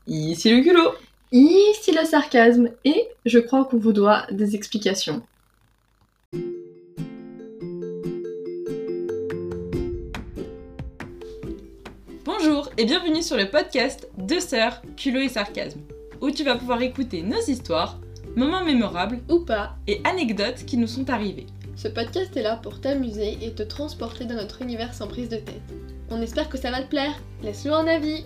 Ici le culot. Ici le sarcasme, et je crois qu'on vous doit des explications. Bonjour et bienvenue sur le podcast Deux sœurs, culot et sarcasme, où tu vas pouvoir écouter nos histoires, moments mémorables Ou pas, et anecdotes qui nous sont arrivées. ce podcast est là pour t'amuser et te transporter dans notre univers sans prise de tête. On espère que ça va te plaire, laisse-le un avis.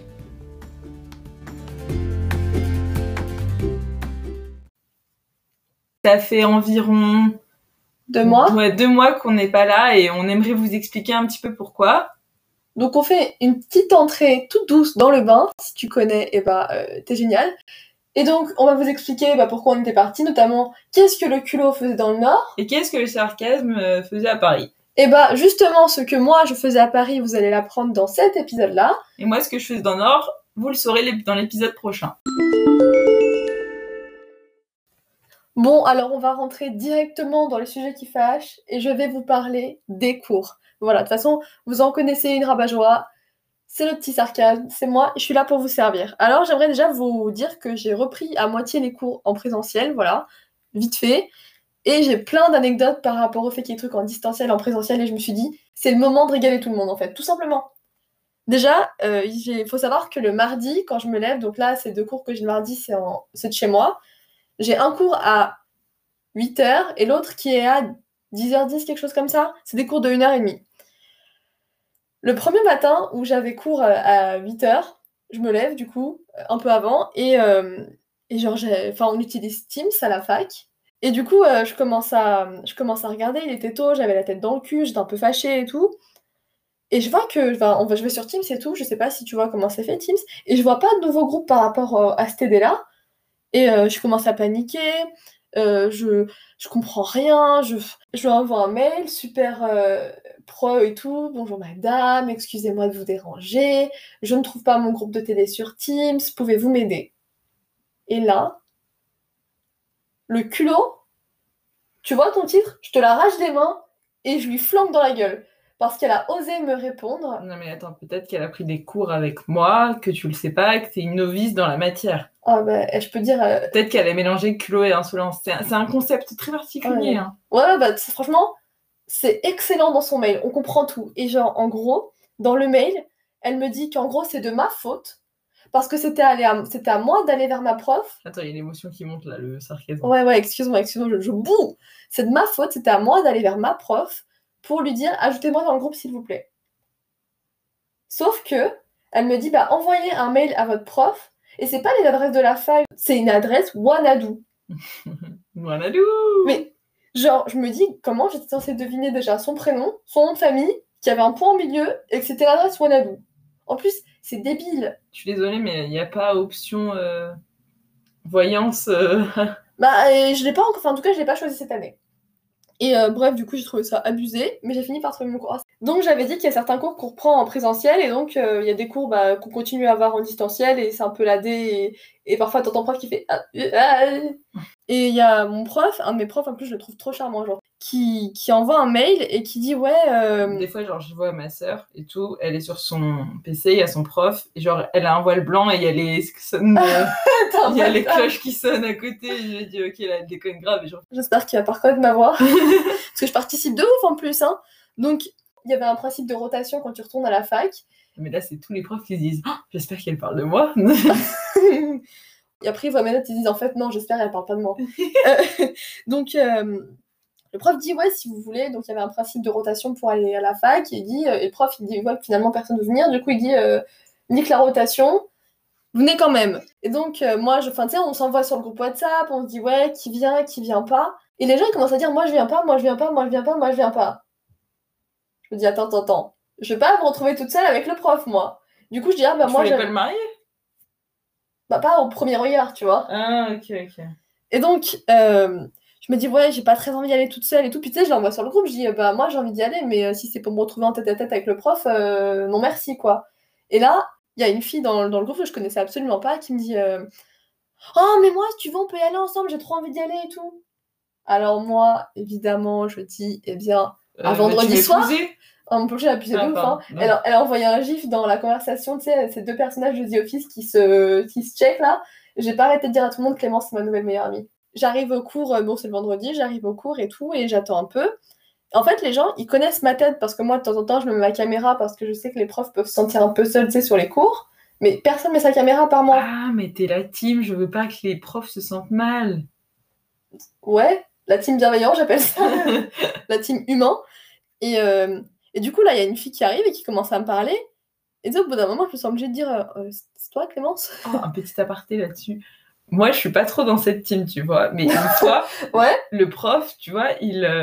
Ça fait environ 2 mois. Ouais, 2 mois qu'on n'est pas là et on aimerait vous expliquer un petit peu pourquoi. Donc on fait une petite entrée toute douce dans le bain, si tu connais, t'es génial. Et donc on va vous expliquer pourquoi on était partis, notamment qu'est-ce que le culot faisait dans le Nord. Et qu'est-ce que le sarcasme faisait à Paris. Et justement ce que moi je faisais à Paris, vous allez l'apprendre dans cet épisode-là. Et moi ce que je faisais dans le Nord, vous le saurez dans l'épisode prochain. Bon, alors on va rentrer directement dans les sujets qui fâchent et je vais vous parler des cours. Voilà, de toute façon, vous en connaissez une rabat-joie, c'est le petit sarcasme, c'est moi, je suis là pour vous servir. Alors j'aimerais déjà vous dire que j'ai repris à moitié les cours en présentiel, voilà, vite fait, et j'ai plein d'anecdotes par rapport au fait qu'il y ait des trucs en distanciel, en présentiel, et je me suis dit, c'est le moment de régaler tout le monde en fait, tout simplement. Déjà, il faut savoir que le mardi, quand je me lève, donc là, ces 2 cours que j'ai le mardi, c'est de chez moi, j'ai un cours à 8h et l'autre qui est à 10h10, quelque chose comme ça. C'est des cours de 1h30. Le premier matin où j'avais cours à 8h, je me lève du coup, un peu avant, et genre, on utilise Teams à la fac. Et du coup, je commence à regarder, il était tôt, j'avais la tête dans le cul, j'étais un peu fâchée et tout. Et je vois que, je vais sur Teams et tout, je sais pas si tu vois comment c'est fait Teams, et je vois pas de nouveau groupe par rapport à cette idée-là. Et je commence à paniquer, je comprends rien, je lui envoie un mail super pro et tout. Bonjour madame, excusez-moi de vous déranger, je ne trouve pas mon groupe de télé sur Teams, pouvez-vous m'aider? Et là, le culot, tu vois ton titre, je te l'arrache des mains et je lui flanque dans la gueule. Parce qu'elle a osé me répondre. Non mais attends, peut-être qu'elle a pris des cours avec moi, que tu le sais pas, que t'es une novice dans la matière. Ah je peux dire... Peut-être qu'elle a mélangé culot et insolence. C'est un concept très particulier. Ouais, hein. Franchement, c'est excellent dans son mail, on comprend tout. Et genre, en gros, dans le mail, elle me dit qu'en gros, c'est de ma faute, parce que c'était à moi d'aller vers ma prof. Attends, il y a l'émotion qui monte là, le sarcasme. Ouais, excuse-moi, je boue. C'est de ma faute, c'était à moi d'aller vers ma prof pour lui dire, ajoutez-moi dans le groupe, s'il vous plaît. Sauf que, elle me dit, envoyez un mail à votre prof, et c'est pas les adresses de la fac, c'est une adresse Wanadoo. Wanadoo. Mais genre, je me dis, comment j'étais censée deviner déjà son prénom, son nom de famille, qu'il y avait un point au milieu, et que c'était l'adresse Wanadoo. En plus, c'est débile. Je suis désolée, mais il n'y a pas option voyance. Je l'ai pas encore, en tout cas, je l'ai pas choisi cette année. Et bref, du coup, j'ai trouvé ça abusé, mais j'ai fini par trouver mon cours. Donc, j'avais dit qu'il y a certains cours qu'on reprend en présentiel, et donc, il y a des cours qu'on continue à avoir en distanciel, et c'est un peu ladé, et parfois, t'entends prof qui fait... Et il y a mon prof, un de mes profs, en plus, je le trouve trop charmant, genre, qui envoie un mail et qui dit, ouais... Des fois, genre, je vois ma sœur et tout, elle est sur son PC, il y a son prof, et genre, elle a un voile blanc et il y a les il y a les cloches qui sonnent à côté, et je me dis, ok, là, elle déconne grave. Et genre... J'espère qu'il va pas reconnaître ma voix, parce que je participe de ouf en plus, hein. Donc, il y avait un principe de rotation quand tu retournes à la fac. Mais là, c'est tous les profs qui se disent, oh, j'espère qu'elle parle de moi. Et après, ils voient mes notes, ils disent, en fait, non, j'espère qu'elle parle pas de moi. Donc, le prof dit, ouais, si vous voulez, donc il y avait un principe de rotation pour aller à la fac, et il dit, et le prof, il dit, ouais, finalement, personne ne veut venir, du coup, il dit, nique la rotation, venez quand même. Et donc, moi, on s'envoie sur le groupe WhatsApp, on se dit, ouais, qui vient pas. Et les gens, ils commencent à dire, moi, je viens pas, moi, je viens pas, moi, je viens pas, moi, je viens pas. Je me dis, attends. Je vais pas me retrouver toute seule avec le prof, moi. Du coup, je dis, moi, je voulais pas le marier. Pas au premier regard, tu vois. Ah, ok. Et donc, je me dis, ouais, j'ai pas très envie d'y aller toute seule et tout. Puis tu sais, je l'envoie sur le groupe, je dis, moi, j'ai envie d'y aller, mais si c'est pour me retrouver en tête-à-tête avec le prof, non merci, quoi. Et là, il y a une fille dans le groupe que je connaissais absolument pas qui me dit, oh, mais moi, si tu veux, on peut y aller ensemble, j'ai trop envie d'y aller et tout. Alors moi, évidemment, je dis, eh bien, un vendredi soir. mon projet a abusé de ouf, hein. Non. Elle a envoyé un gif dans la conversation, tu sais, ces deux personnages de The Office qui se check là. J'ai pas arrêté de dire à tout le monde, Clémence, c'est ma nouvelle meilleure amie. J'arrive au cours, bon, c'est le vendredi, j'arrive au cours et tout, et j'attends un peu. En fait, les gens, ils connaissent ma tête parce que moi, de temps en temps, je me mets ma caméra parce que je sais que les profs peuvent se sentir un peu seuls, tu sais, sur les cours. Mais personne met sa caméra par moi. Ah, mais t'es la team, je veux pas que les profs se sentent mal. Ouais, la team bienveillant, j'appelle ça. La team humain. Et du coup, là, il y a une fille qui arrive et qui commence à me parler. Et au bout d'un moment, je me sens obligée de dire c'est toi, Clémence? Oh, un petit aparté là-dessus. Moi, je suis pas trop dans cette team, tu vois. Mais une fois, Ouais. le prof, tu vois,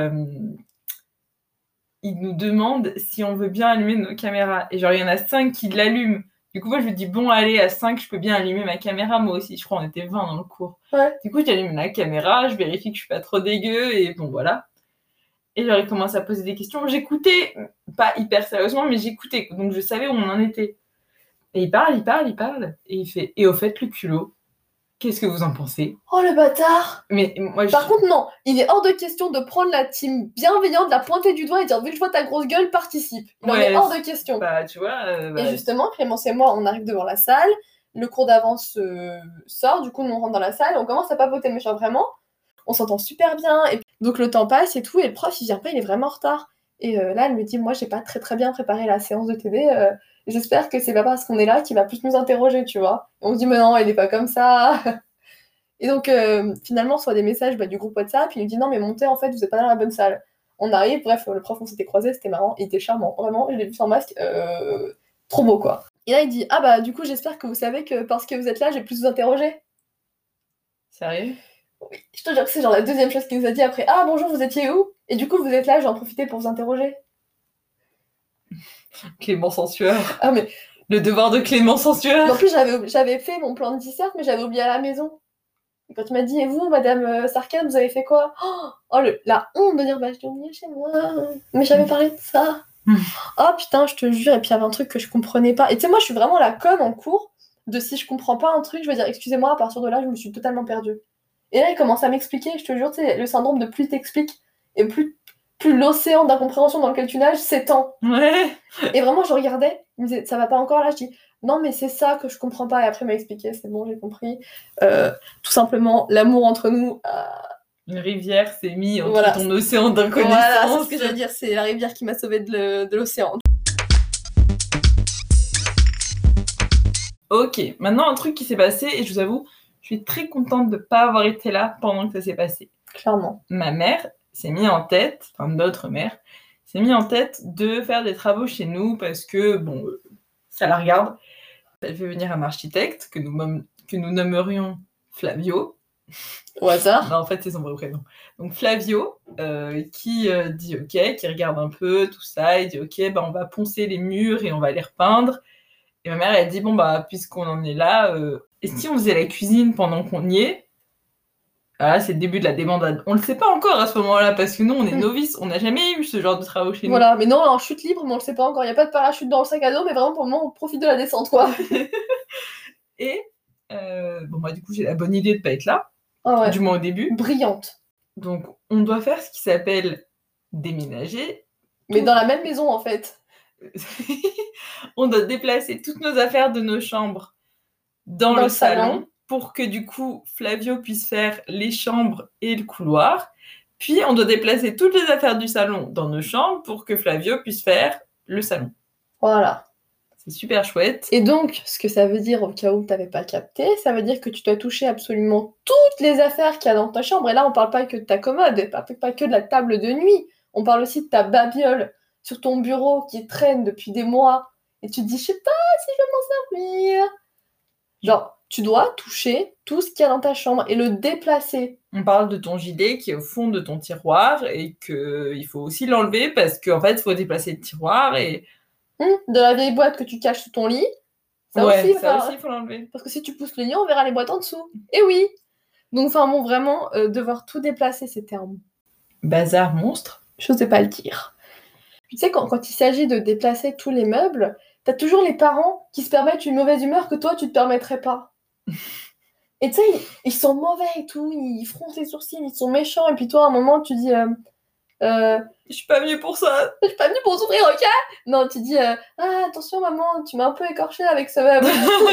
il nous demande si on veut bien allumer nos caméras. Et genre, il y en a 5 qui l'allument. Du coup, moi, je lui dis, bon, allez, à 5, je peux bien allumer ma caméra, moi aussi. Je crois qu'on était 20 dans le cours. Ouais. Du coup, j'allume la caméra, je vérifie que je suis pas trop dégueu, et bon, voilà. Et genre, il commence à poser des questions. J'écoutais, pas hyper sérieusement, mais j'écoutais. Donc, je savais où on en était. Et il parle. Et il fait, et au fait, le culot, qu'est-ce que vous en pensez? Oh, le bâtard! Mais moi, Par contre, non, il est hors de question de prendre la team bienveillante, la pointer du doigt et dire vu que je vois ta grosse gueule, participe. Il en est hors de question. Bah, tu vois. Et justement, Clémence et moi, on arrive devant la salle, le cours d'avance sort, du coup, nous on rentre dans la salle, on commence à papoter, mais genre vraiment, on s'entend super bien. Et donc le temps passe et tout, et le prof il vient pas, il est vraiment en retard. Et là, elle me dit moi, j'ai pas très bien préparé la séance de TD, j'espère que c'est pas parce qu'on est là qu'il va plus nous interroger, tu vois. Et on se dit mais non, il est pas comme ça. Et donc, finalement, on reçoit des messages du groupe WhatsApp. Il nous dit non, mais montez, en fait, vous êtes pas dans la bonne salle. On arrive, bref, le prof, on s'était croisés, c'était marrant, il était charmant. Vraiment, je l'ai vu sans masque, trop beau, quoi. Et là, il dit ah bah, du coup, j'espère que vous savez que parce que vous êtes là, j'ai plus vous interroger. Sérieux? Oui, je te jure que c'est genre la deuxième chose qu'il nous a dit après ah bonjour, vous étiez où? Et du coup, vous êtes là, j'ai en profité pour vous interroger. Clémence en sueur. Ah, mais. Le devoir de Clémence en sueur. En plus, j'avais fait mon plan de dissert, mais j'avais oublié à la maison. Et quand tu m'as dit, et vous, madame Sarkane, vous avez fait quoi? Oh, la honte de dire, bah, je l'ai oublié chez moi. Mais j'avais parlé de ça. Oh putain, je te jure. Et puis il y avait un truc que je comprenais pas. Et tu sais, moi, je suis vraiment la conne en cours de si je comprends pas un truc, je vais dire, excusez-moi, à partir de là, je me suis totalement perdue. Et là, il commence à m'expliquer, je te jure, tu sais, le syndrome de plus t'expliques et plus l'océan d'incompréhension dans lequel tu nages s'étend. Ouais. Et vraiment, je regardais, il me disait, ça va pas encore là? Je dis, non, mais c'est ça que je comprends pas. Et après, il m'a expliqué, c'est bon, j'ai compris. Tout simplement, l'amour entre nous. Une rivière s'est mise entre Voilà. ton océan d'inconnaissance. Voilà, c'est ce que j'allais dire, c'est la rivière qui m'a sauvée de l'océan. Ok, maintenant un truc qui s'est passé, et je vous avoue, je suis très contente de ne pas avoir été là pendant que ça s'est passé. Clairement. Ma mère s'est mis en tête, enfin notre mère, s'est mis en tête de faire des travaux chez nous parce que, bon, ça la regarde. Elle fait venir un architecte que nous nommerions Flavio. Au hasard. Non, en fait, c'est son vrai prénom. Donc Flavio, qui dit ok, qui regarde un peu tout ça, il dit ok, bah, on va poncer les murs et on va les repeindre. Et ma mère, elle dit bon, bah, puisqu'on en est là, et si on faisait la cuisine pendant qu'on y est? Ah, c'est le début de la débandade. On le sait pas encore à ce moment-là, parce que nous, on est novices, on n'a jamais eu ce genre de travaux chez nous. Voilà, mais non, en chute libre, mais on le sait pas encore. Il n'y a pas de parachute dans le sac à dos, mais vraiment, pour le moment, on profite de la descente, quoi. Et, bon, moi, du coup, j'ai la bonne idée de pas être là. Ah ouais. Du moins au début. Brillante. Donc, on doit faire ce qui s'appelle déménager. Mais dans la même maison, en fait. On doit déplacer toutes nos affaires de nos chambres dans le salon pour que du coup Flavio puisse faire les chambres et le couloir. Puis on doit déplacer toutes les affaires du salon dans nos chambres pour que Flavio puisse faire le salon. Voilà. C'est super chouette. Et donc, ce que ça veut dire, au cas où tu n'avais pas capté, ça veut dire que tu dois toucher absolument toutes les affaires qu'il y a dans ta chambre. Et là, on parle pas que de ta commode, pas que de la table de nuit. On parle aussi de ta babiole sur ton bureau qui traîne depuis des mois. Et tu te dis, je sais pas si je vais m'en servir. Genre, tu dois toucher tout ce qu'il y a dans ta chambre et le déplacer. On parle de ton gilet qui est au fond de ton tiroir et qu'il faut aussi l'enlever parce qu'en fait, il faut déplacer le tiroir et... De la vieille boîte que tu caches sous ton lit. Ça aussi, il faut l'enlever. Parce que si tu pousses le lit, on verra les boîtes en dessous. Et oui. Donc, enfin bon, vraiment, devoir tout déplacer, c'était un bazar monstre. Je n'osais pas le dire. Tu sais, quand il s'agit de déplacer tous les meubles, t'as toujours les parents qui se permettent une mauvaise humeur que toi, tu te permettrais pas. Et tu sais, ils sont mauvais et tout, ils froncent les sourcils, ils sont méchants, et puis toi, à un moment, tu dis Je suis pas venue pour ça. Je suis pas venue pour souffrir, ok? Non, tu dis ah, attention maman, tu m'as un peu écorché avec ce meuble.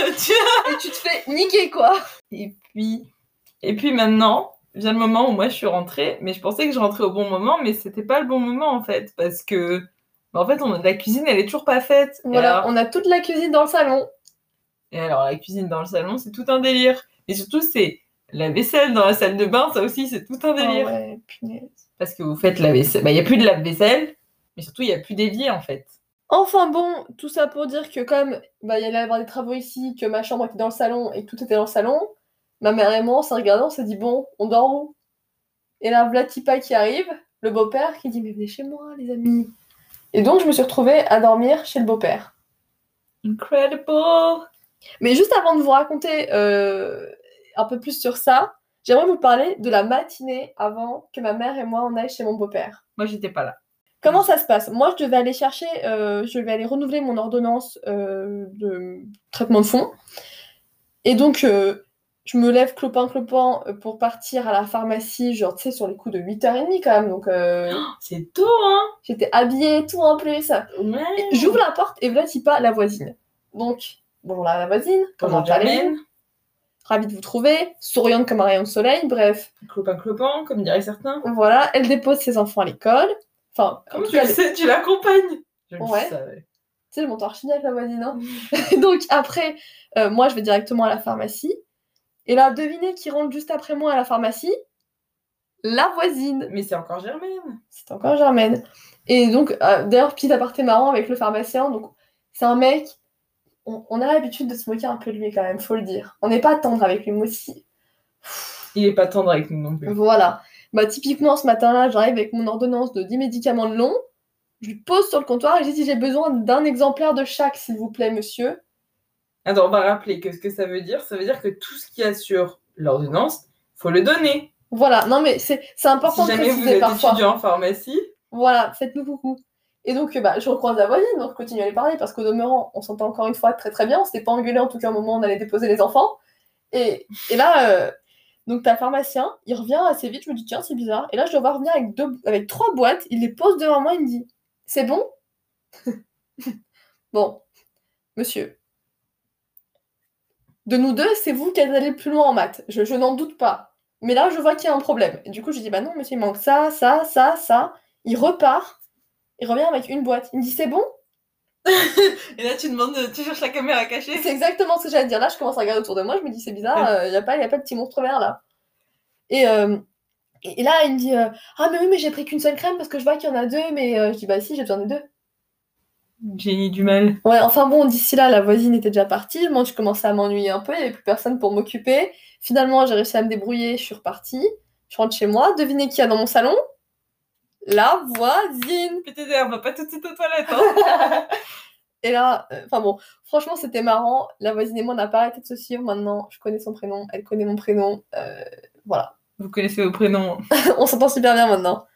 Et tu te fais niquer, quoi. Et puis maintenant, vient le moment où moi je suis rentrée, mais je pensais que je rentrais au bon moment, mais c'était pas le bon moment en fait, parce que en fait la cuisine elle est toujours pas faite. Voilà, on a toute la cuisine dans le salon. Et alors la cuisine dans le salon c'est tout un délire. Et surtout c'est la vaisselle dans la salle de bain, ça aussi c'est tout un délire. Ah ouais, punaise. Parce que vous faites la vaisselle, bah il y a plus de lave-vaisselle, mais surtout il y a plus d'évier en fait. Enfin bon, tout ça pour dire que comme il y allait y avoir des travaux ici, que ma chambre était dans le salon et que tout était dans le salon, ma mère et moi, on s'est regardé, on s'est dit bon, on dort où? Et là, Vlatipa qui arrive, le beau-père qui dit mais venez chez moi les amis. Et donc je me suis retrouvée à dormir chez le beau-père. Incredible. Mais juste avant de vous raconter un peu plus sur ça, j'aimerais vous parler de la matinée avant que ma mère et moi on aille chez mon beau-père. Moi j'étais pas là. Comment ça se passe? Moi, je devais aller chercher, je vais aller renouveler mon ordonnance de traitement de fond. Et donc, je me lève clopin pour partir à la pharmacie, genre, tu sais, sur les coups de 8h30 quand même. Donc, c'est tôt, hein? J'étais habillée et tout en plus. Ouais. J'ouvre la porte et voilà, pas la voisine. Donc, bonjour la voisine, comment allez-vous? Ravie de vous trouver, souriante comme un rayon de soleil, bref. Clopin, comme diraient certains. Voilà, elle dépose ses enfants à l'école. Enfin, comment tu le sais, tu l'accompagnes? Je le ouais. savais. Tu sais, je monte archignac la voisine, hein. Donc après, moi, je vais directement à la pharmacie. Et là, devinez qui rentre juste après moi à la pharmacie? La voisine. Mais c'est encore Germaine. C'est encore Germaine. Et donc, d'ailleurs, petit aparté marrant avec le pharmacien. Donc, c'est un mec... On a l'habitude de se moquer un peu de lui quand même, faut le dire. On n'est pas tendre avec lui, moi aussi. Il est pas tendre avec nous non plus. Voilà. Bah, typiquement, ce matin-là, j'arrive avec mon ordonnance de 10 médicaments de long. Je lui pose sur le comptoir et je dis si j'ai besoin d'un exemplaire de chaque, s'il vous plaît, monsieur. Alors, on va rappeler que ce que ça veut dire que tout ce qu'il y a sur l'ordonnance, faut le donner. Voilà, non mais c'est important de préciser parfois. Si jamais vous êtes étudiant en pharmacie. Voilà, faites-nous coucou. Et donc, je recroise la voisine, donc je continue à lui parler, parce qu'au demeurant, on s'entend encore une fois très très bien, on s'était pas engueulé en tout cas au moment où on allait déposer les enfants. Et là, donc t'as le pharmacien, il revient assez vite, je me dis tiens, c'est bizarre. Et là, je dois voir revenir avec 3 boîtes, il les pose devant moi, il me dit c'est bon? Bon, monsieur. De nous deux, c'est vous qui allez le plus loin en maths, je n'en doute pas. Mais là, je vois qu'il y a un problème. Et du coup, je dis bah non, monsieur, il manque ça, ça, ça, ça. Il repart. Il revient avec une boîte. Il me dit c'est bon? Et là tu cherches la caméra cachée. C'est exactement ce que j'allais dire. Là je commence à regarder autour de moi, je me dis c'est bizarre, y a pas de petit monstre vert là. Et là il me dit ah mais oui mais j'ai pris qu'une seule crème parce que je vois qu'il y en a 2, mais je dis bah si j'ai besoin de 2. Génie du mal. Ouais, enfin bon, d'ici là la voisine était déjà partie, moi je commençais à m'ennuyer un peu, il n'y avait plus personne pour m'occuper. Finalement j'ai réussi à me débrouiller, je suis repartie, je rentre chez moi, devinez qui y a dans mon salon? La voisine. Peut-être on va pas tout de suite aux toilettes, hein. Et là, enfin bon, franchement c'était marrant, la voisine et moi on n'a pas arrêté de se suivre, maintenant je connais son prénom, elle connaît mon prénom, voilà. Vous connaissez vos prénoms. On s'entend super bien maintenant.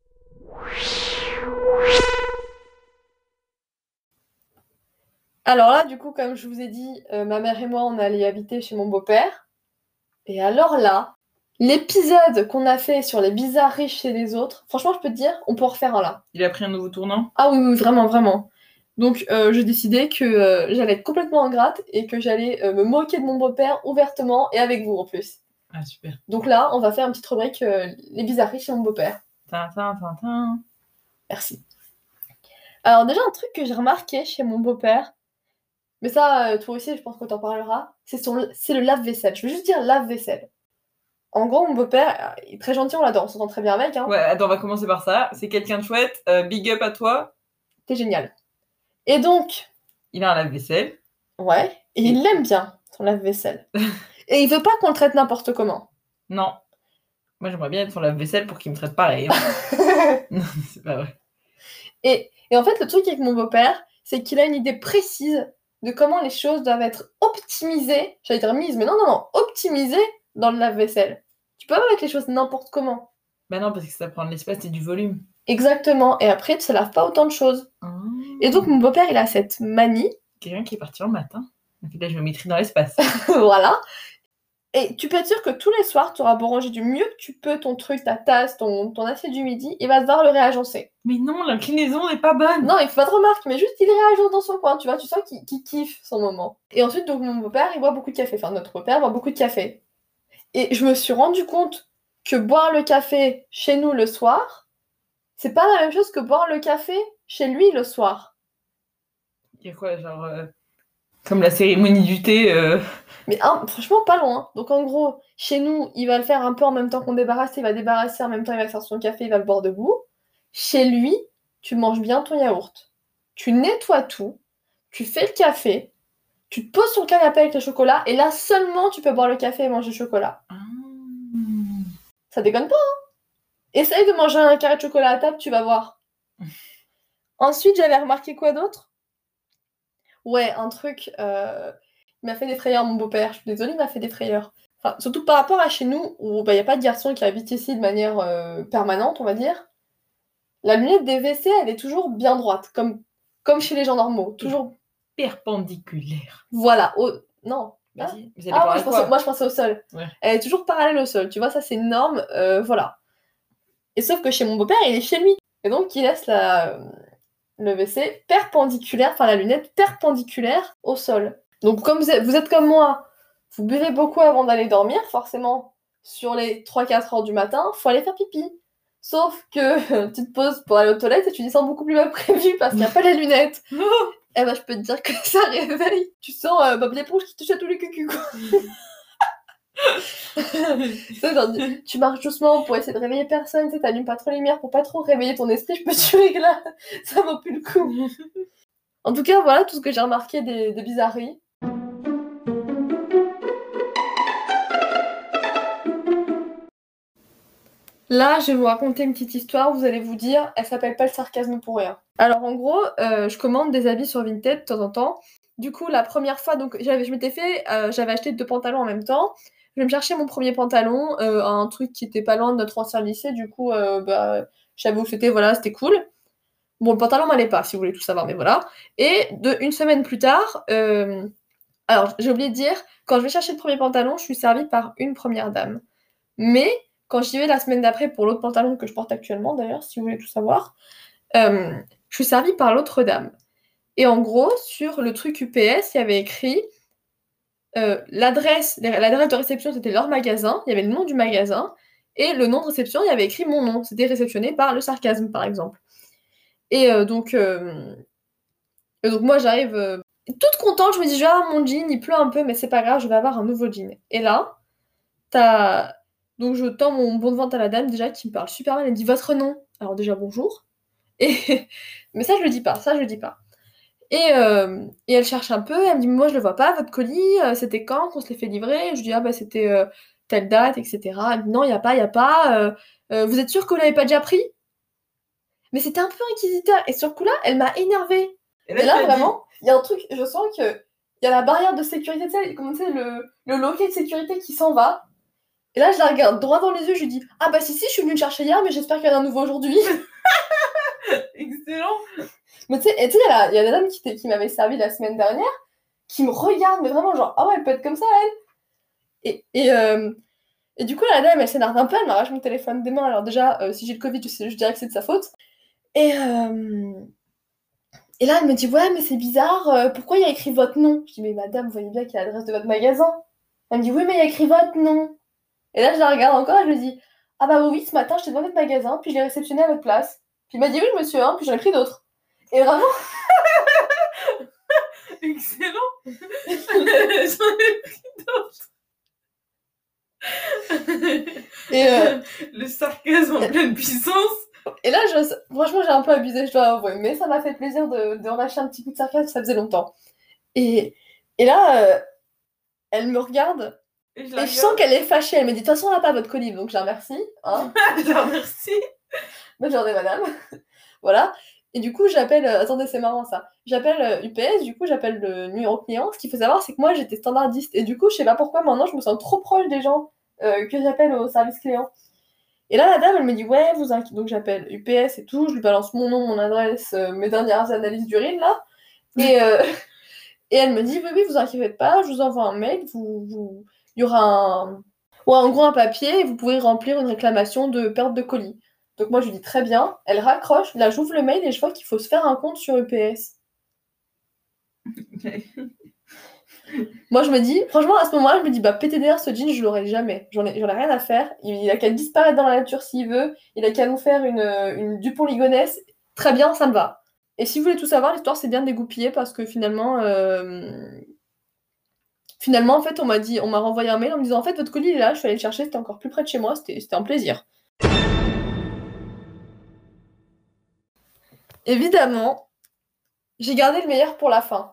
Alors là, du coup, comme je vous ai dit, ma mère et moi, on allait habiter chez mon beau-père. Et alors là, l'épisode qu'on a fait sur les bizarreries chez les autres, franchement, je peux te dire, on peut en refaire un là. Il a pris un nouveau tournant? Ah oui, oui, vraiment, vraiment. Donc, j'ai décidé que j'allais être complètement ingrate et que j'allais me moquer de mon beau-père ouvertement et avec vous en plus. Ah, super. Donc là, on va faire une petite rubrique les bizarreries chez mon beau-père. Tintin. Merci. Alors déjà, un truc que j'ai remarqué chez mon beau-père, mais ça, toi aussi, je pense qu'on t'en parlera, c'est le lave-vaisselle. Je veux juste dire lave-vaisselle. En gros, mon beau-père, il est très gentil, on l'adore, on s'entend très bien avec. Hein. Ouais, attends, on va commencer par ça. C'est quelqu'un de chouette, big up à toi. T'es génial. Et donc... Il a un lave-vaisselle. Ouais, et il l'aime bien, son lave-vaisselle. Et il veut pas qu'on le traite n'importe comment. Non. Moi, j'aimerais bien être son lave-vaisselle pour qu'il me traite pareil. Hein. Non, c'est pas vrai. Et en fait, le truc avec mon beau-père, c'est qu'il a une idée précise de comment les choses doivent être optimisées. J'allais dire mises, mais non, optimisées dans le lave-vaisselle. Tu peux pas mettre les choses n'importe comment. Bah non, parce que ça prend de l'espace et du volume. Exactement. Et après, tu ne laves pas autant de choses. Et donc, mon beau-père, il a cette manie. Quelqu'un qui est parti en matin. Il a fait de la géométrie dans l'espace. Voilà. Et tu peux être sûr que tous les soirs, tu auras beau ranger du mieux que tu peux ton truc, ta tasse, ton assiette du midi, il va devoir le réagencer. Mais non, l'inclinaison n'est pas bonne. Non, il fait pas de remarques, mais juste il réagence dans son coin, tu vois, tu sens qu'il kiffe son moment. Et ensuite, donc mon beau-père, il boit beaucoup de café. Enfin, notre beau-père boit beaucoup de café. Et je me suis rendu compte que boire le café chez nous le soir, c'est pas la même chose que boire le café chez lui le soir. Il y a quoi, genre... Comme la cérémonie du thé. Mais franchement, pas loin. Donc en gros, chez nous, il va le faire un peu en même temps qu'on débarrasse, il va débarrasser en même temps, il va faire son café, il va le boire debout. Chez lui, tu manges bien ton yaourt. Tu nettoies tout, tu fais le café, tu te poses sur le canapé avec le chocolat, et là seulement tu peux boire le café et manger le chocolat. Ah. Ça déconne pas, hein? Essaye de manger un carré de chocolat à table, tu vas voir. Ensuite, j'avais remarqué quoi d'autre? Ouais, un truc, il m'a fait des frayeurs, mon beau-père. Je suis désolée, il m'a fait des frayeurs. Enfin, surtout par rapport à chez nous, où il n'y a pas de garçon qui habite ici de manière permanente, on va dire. La lunette des WC, elle est toujours bien droite, comme chez les gens normaux. Toujours. Perpendiculaire. Voilà. Non. Vas-y. Ah, moi je pensais au sol. Ouais. Elle est toujours parallèle au sol. Tu vois, ça c'est une norme. Voilà. Et sauf que chez mon beau-père, il est chez lui. Et donc, il laisse le WC perpendiculaire, enfin la lunette perpendiculaire au sol. Donc comme vous êtes comme moi, vous buvez beaucoup avant d'aller dormir, forcément, sur les 3-4 heures du matin, faut aller faire pipi. Sauf que tu te poses pour aller aux toilettes et tu descends beaucoup plus bas que prévu parce qu'il n'y a pas les lunettes. Eh ben je peux te dire que ça réveille. Tu sens Bob l'éponge qui touche à tous les cucus, quoi. Genre, tu marches doucement pour essayer de réveiller personne, tu t'allumes pas trop les lumières pour pas trop réveiller ton esprit, je peux te jurer que là, ça vaut plus le coup. En tout cas, voilà tout ce que j'ai remarqué des bizarreries. Là, je vais vous raconter une petite histoire, vous allez vous dire, elle s'appelle pas le sarcasme pour rien. Alors en gros, je commande des habits sur Vinted de temps en temps. Du coup, la première fois, donc j'avais acheté 2 pantalons en même temps. Je vais me chercher mon premier pantalon, un truc qui était pas loin de notre ancien lycée, du coup, je savais où c'était, voilà, c'était cool. Bon, le pantalon m'allait pas, si vous voulez tout savoir, mais voilà. Et une semaine plus tard, alors j'ai oublié de dire, quand je vais chercher le premier pantalon, je suis servie par une première dame. Mais quand j'y vais la semaine d'après pour l'autre pantalon que je porte actuellement, d'ailleurs, si vous voulez tout savoir, je suis servie par l'autre dame. Et en gros, sur le truc UPS, il y avait écrit l'adresse de réception, c'était leur magasin, il y avait le nom du magasin, et le nom de réception, il y avait écrit mon nom. C'était réceptionné par le sarcasme, par exemple. Et donc moi, j'arrive toute contente, je me dis, mon jean, il pleut un peu, mais c'est pas grave, je vais avoir un nouveau jean. Et là, donc je tends mon bon de vente à la dame, déjà, qui me parle super mal, elle me dit, votre nom. Alors déjà, bonjour. Mais ça, je le dis pas, Et elle cherche un peu, elle me dit, moi je le vois pas, votre colis, c'était quand qu'on se l'est fait livrer? Je dis, ah bah c'était telle date, etc. Elle me dit, non, y a pas, vous êtes sûr que vous l'avez pas déjà pris? Mais c'était un peu inquisiteur, et sur le coup-là, elle m'a énervée. Et là vraiment, il y a un truc, je sens que il y a la barrière de sécurité, tu sais, comme tu sais, le loquet de sécurité qui s'en va. Et là, je la regarde droit dans les yeux, je lui dis, ah bah si, je suis venue le chercher hier, mais j'espère qu'il y en a un nouveau aujourd'hui. Excellent. Mais tu sais, il y a la dame qui m'avait servi la semaine dernière, qui me regarde, mais vraiment genre, ah ouais, elle peut être comme ça, elle. Et du coup, la dame, elle s'énerve un peu, elle m'arrache mon téléphone des mains. Alors déjà, si j'ai le Covid, je dirais que c'est de sa faute. Et là, elle me dit, ouais, mais c'est bizarre, pourquoi il y a écrit votre nom? Je dis, mais madame, vous voyez bien qu'il y a l'adresse de votre magasin. Elle me dit, oui, mais il y a écrit votre nom. Et là, je la regarde encore et je lui dis, ah bah oui, ce matin, j'étais devant votre magasin, puis je l'ai réceptionné à votre place. Puis il m'a dit, oui, monsieur, hein, puis j'en ai pris d'autres. Et vraiment... Excellent. J'en ai pris d'autres. Et le sarcasme en pleine puissance. Et là, franchement, j'ai un peu abusé, je dois avouer. Mais ça m'a fait plaisir de relâcher un petit coup de sarcasme, ça faisait longtemps. Et là, elle me regarde, et je sens qu'elle est fâchée. Elle me dit, de toute façon, on n'a pas votre colis, donc je la remercie. Hein. Je la remercie. Bonne journée, madame. Voilà. Et du coup, j'appelle... attendez, c'est marrant, ça. J'appelle UPS, du coup, j'appelle le numéro client. Ce qu'il faut savoir, c'est que moi, j'étais standardiste. Et du coup, je sais pas pourquoi, maintenant, je me sens trop proche des gens que j'appelle au service client. Et là, la dame, elle me dit, ouais, vous inquiétez. Donc, j'appelle UPS et tout. Je lui balance mon nom, mon adresse, mes dernières analyses d'urine, là. Et elle me dit, oui, oui, vous inquiétez pas, je vous envoie un mail, il y aura un... ou en gros un papier et vous pouvez remplir une réclamation de perte de colis. Donc moi je lui dis très bien, elle raccroche, là j'ouvre le mail et je vois qu'il faut se faire un compte sur UPS. Moi je me dis, franchement à ce moment-là, je me dis, bah PTDR ce jean je l'aurai jamais, j'en ai rien à faire, il a qu'à disparaître dans la nature s'il veut, il a qu'à nous faire une Dupont-Ligonnès, très bien, ça me va. Et si vous voulez tout savoir, l'histoire c'est bien dégoupillée parce que finalement, en fait, on m'a renvoyé un mail en me disant, en fait, votre colis est là, je suis allée le chercher, c'était encore plus près de chez moi, c'était un plaisir. Évidemment, j'ai gardé le meilleur pour la fin.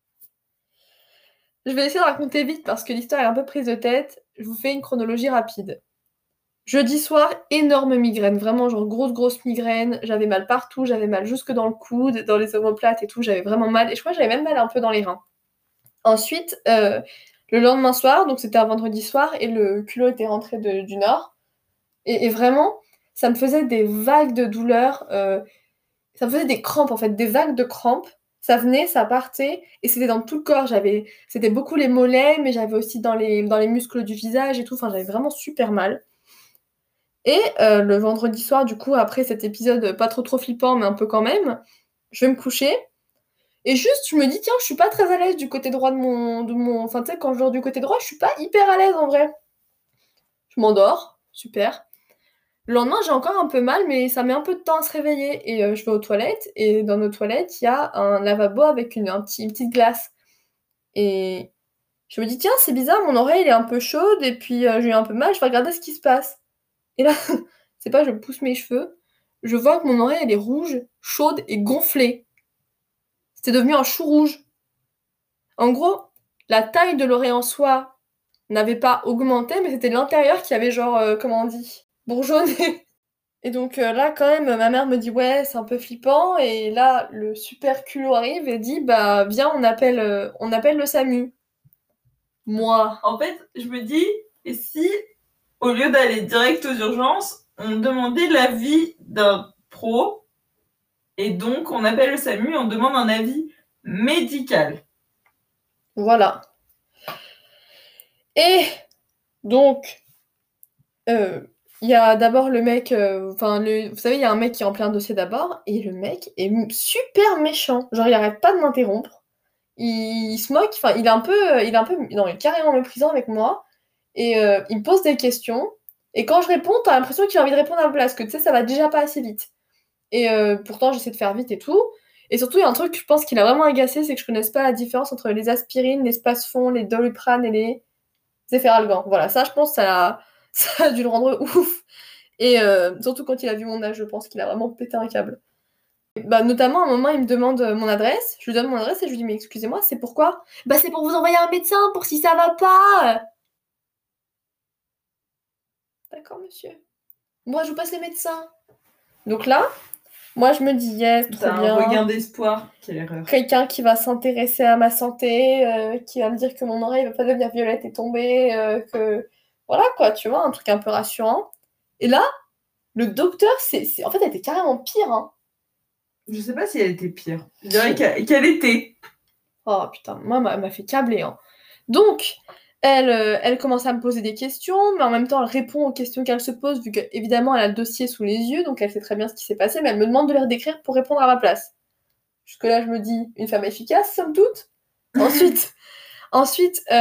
Je vais essayer de raconter vite parce que l'histoire est un peu prise de tête. Je vous fais une chronologie rapide. Jeudi soir, énorme migraine, vraiment genre grosse migraine. J'avais mal partout, j'avais mal jusque dans le coude, dans les omoplates et tout, j'avais vraiment mal. Et je crois que j'avais même mal un peu dans les reins. Ensuite, le lendemain soir, donc c'était un vendredi soir, et le culot était rentré du nord. Et vraiment, ça me faisait des vagues de douleur, ça me faisait des crampes en fait, des vagues de crampes. Ça venait, ça partait, et c'était dans tout le corps. C'était beaucoup les mollets, mais j'avais aussi dans les muscles du visage et tout. Enfin, j'avais vraiment super mal. Et le vendredi soir, du coup, après cet épisode pas trop flippant, mais un peu quand même, je vais me coucher. Et juste, je me dis, tiens, je suis pas très à l'aise du côté droit Enfin, tu sais, quand je dors du côté droit, je suis pas hyper à l'aise en vrai. Je m'endors, super. Le lendemain, j'ai encore un peu mal, mais ça met un peu de temps à se réveiller. Et je vais aux toilettes, et dans nos toilettes, il y a un lavabo avec une petite glace. Et je me dis, tiens, c'est bizarre, mon oreille elle est un peu chaude, et puis j'ai eu un peu mal, je vais regarder ce qui se passe. Et là, c'est pas, je pousse mes cheveux, je vois que mon oreille elle est rouge, chaude et gonflée. C'était devenu un chou rouge. En gros, la taille de l'oreille en soi n'avait pas augmenté, mais c'était l'intérieur qui avait genre, comment on dit, bourgeonné. Et donc là, quand même, ma mère me dit, ouais, c'est un peu flippant. Et là, le super culot arrive et dit, bah, viens, on appelle le SAMU. Moi. En fait, je me dis, et si, au lieu d'aller direct aux urgences, on demandait l'avis d'un pro, et donc on appelle le SAMU et on demande un avis médical. Voilà. Et donc, il y a d'abord le mec, vous savez, il y a un mec qui remplit un dossier d'abord, et le mec est super méchant. Genre, il arrête pas de m'interrompre. Il se moque, enfin, non, il est carrément méprisant avec moi. Et il me pose des questions. Et quand je réponds, t'as l'impression qu'il a envie de répondre à ma place, que tu sais, ça va déjà pas assez vite. Et pourtant, j'essaie de faire vite et tout. Et surtout, il y a un truc que je pense qu'il a vraiment agacé, c'est que je connaisse pas la différence entre les aspirines, les Spasfon, les Doliprane et les Zéphéralgan. Voilà, ça, je pense, ça a dû le rendre ouf. Et surtout quand il a vu mon âge, je pense qu'il a vraiment pété un câble. Bah, notamment, à un moment, il me demande mon adresse. Je lui donne mon adresse et je lui dis, mais excusez-moi, c'est pourquoi? Bah, c'est pour vous envoyer un médecin, pour si ça va pas. D'accord, monsieur. Moi, je vous passe les médecins. Donc là, moi, je me dis, yes, trop T'as bien. un regain d'espoir. Quelle erreur. Quelqu'un qui va s'intéresser à ma santé, qui va me dire que mon oreille va pas devenir violette et tomber, que... Voilà, quoi, tu vois, un truc un peu rassurant. Et là, le docteur, en fait, elle était carrément pire, hein. Je sais pas si elle était pire. Je dirais qu'elle était. Oh, putain, moi, elle m'a fait câbler, hein. Donc, elle commence à me poser des questions, mais en même temps, elle répond aux questions qu'elle se pose, vu qu'évidemment, elle a le dossier sous les yeux, donc elle sait très bien ce qui s'est passé, mais elle me demande de les redécrire pour répondre à ma place. Jusque-là, je me dis, une femme efficace, somme toute. Ensuite,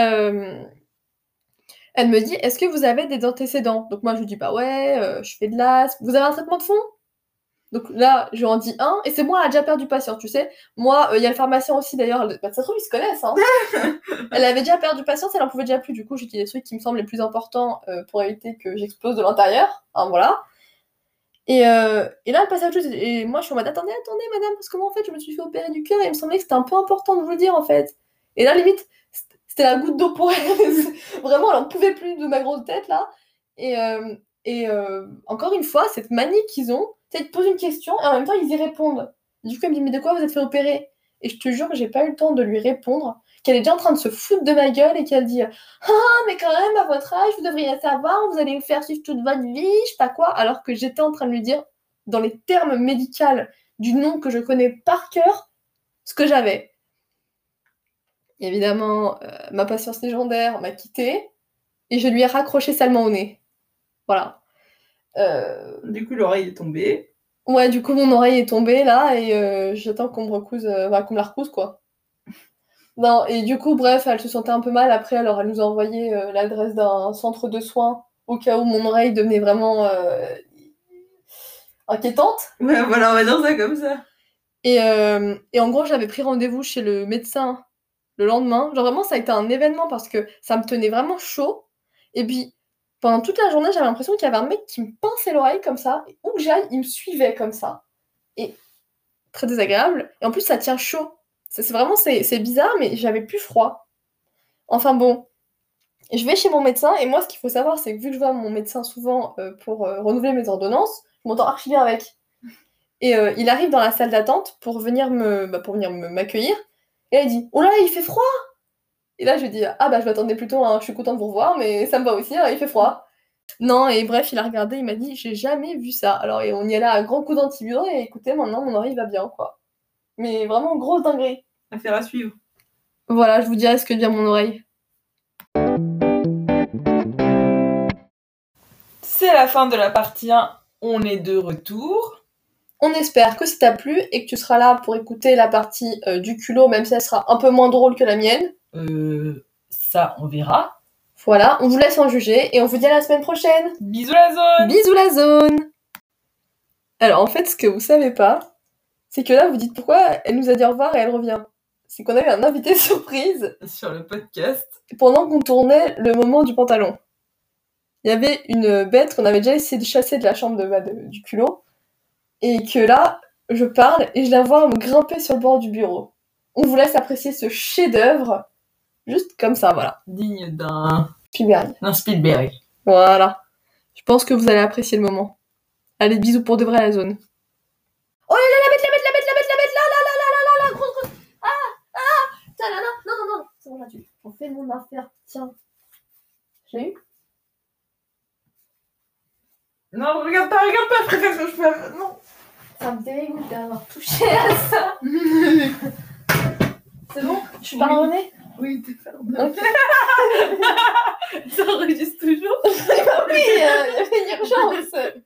elle me dit, est-ce que vous avez des antécédents? Donc moi, je lui dis, bah ouais, je fais de l'asthme. Vous avez un traitement de fond? Donc là, je lui en dis un, et c'est moi, elle a déjà perdu patience, tu sais. Moi, il y a le pharmacien aussi, d'ailleurs, bah, ça se trouve, ils se connaissent, hein. Elle avait déjà perdu patience, elle en pouvait déjà plus. Du coup, j'ai dit des trucs qui me semblent les plus importants pour éviter que j'explose de l'intérieur. Hein, voilà. Et là, elle passe à autre chose. Et moi, je suis en mode, attendez, madame, parce que moi, en fait, je me suis fait opérer du cœur et il me semblait que c'était un peu important de vous le dire, en fait. Et là, limite, c'était la goutte d'eau pour elle. Vraiment, elle en pouvait plus de ma grosse tête, là. Et encore une fois, cette manie qu'ils ont, c'est qu'ils te posent une question et en même temps, ils y répondent. Du coup, elle me dit, mais de quoi vous êtes fait opérer? Et je te jure que j'ai pas eu le temps de lui répondre, qu'elle est déjà en train de se foutre de ma gueule et qu'elle dit, ah, mais quand même, à votre âge, vous devriez savoir, vous allez vous faire suivre toute votre vie, je sais pas quoi, alors que j'étais en train de lui dire, dans les termes médicaux du nom que je connais par cœur, ce que j'avais. Évidemment, ma patience légendaire m'a quittée et je lui ai raccroché salement au nez. Voilà. Du coup, l'oreille est tombée. Ouais, du coup, mon oreille est tombée là et j'attends qu'on me recouse, qu'on me la recouse quoi. Non, et du coup, bref, elle se sentait un peu mal après, alors elle nous a envoyé l'adresse d'un centre de soins au cas où mon oreille devenait vraiment inquiétante. Ouais, voilà, on va dire ça comme ça. Et en gros, j'avais pris rendez-vous chez le médecin le lendemain. Genre vraiment, ça a été un événement parce que ça me tenait vraiment chaud. Et puis, pendant toute la journée, j'avais l'impression qu'il y avait un mec qui me pinçait l'oreille comme ça. Et où que j'aille, il me suivait comme ça. Et très désagréable. Et en plus, ça tient chaud. C'est vraiment, c'est bizarre, mais j'avais plus froid. Enfin bon, je vais chez mon médecin. Et moi, ce qu'il faut savoir, c'est que vu que je vois mon médecin souvent pour renouveler mes ordonnances, je m'entends archi bien avec. Et il arrive dans la salle d'attente pour venir m'accueillir. Et elle dit: Oh là, il fait froid! Et là, je lui dis: Ah bah, je m'attendais plutôt à un je suis contente de vous revoir, mais ça me va aussi, hein, il fait froid. Non, et bref, il a regardé, il m'a dit: J'ai jamais vu ça. Alors, et on y allait à grands coups d'antibio, et écoutez, maintenant, mon oreille va bien, quoi. Mais vraiment, grosse dinguerie. Affaire à suivre. Voilà, je vous dirai ce que devient mon oreille. C'est la fin de la partie 1. On est de retour. On espère que ça t'a plu et que tu seras là pour écouter la partie du culot, même si elle sera un peu moins drôle que la mienne. Ça, on verra. Voilà, on vous laisse en juger et on vous dit à la semaine prochaine. Bisous la zone! Bisous la zone! Alors en fait, ce que vous savez pas, c'est que là, vous dites pourquoi elle nous a dit au revoir et elle revient. C'est qu'on a eu un invité surprise Sur le podcast. pendant qu'on tournait le moment du pantalon. Il y avait une bête qu'on avait déjà essayé de chasser de la chambre du culot, et que là, je parle et je la vois me grimper sur le bord du bureau. On vous laisse apprécier ce chef-d'œuvre, juste comme ça, voilà. Digne d'un Spielberg. Spielberg. Voilà. Je pense que vous allez apprécier le moment. Allez, bisous pour de vrai à la zone. Oh là là, la bête, là, grosse. Tiens, là, non, c'est bon, là-dessus. On fait mon affaire, tiens. J'ai eu? Non, regarde pas, je préfère que je fasse. Non. Ça me dégoûte d'avoir touché à ça. C'est bon? Je suis pas ramenée? Oui, t'es ferme. Ok. Ça enregistre toujours. Oui, il y avait une urgence.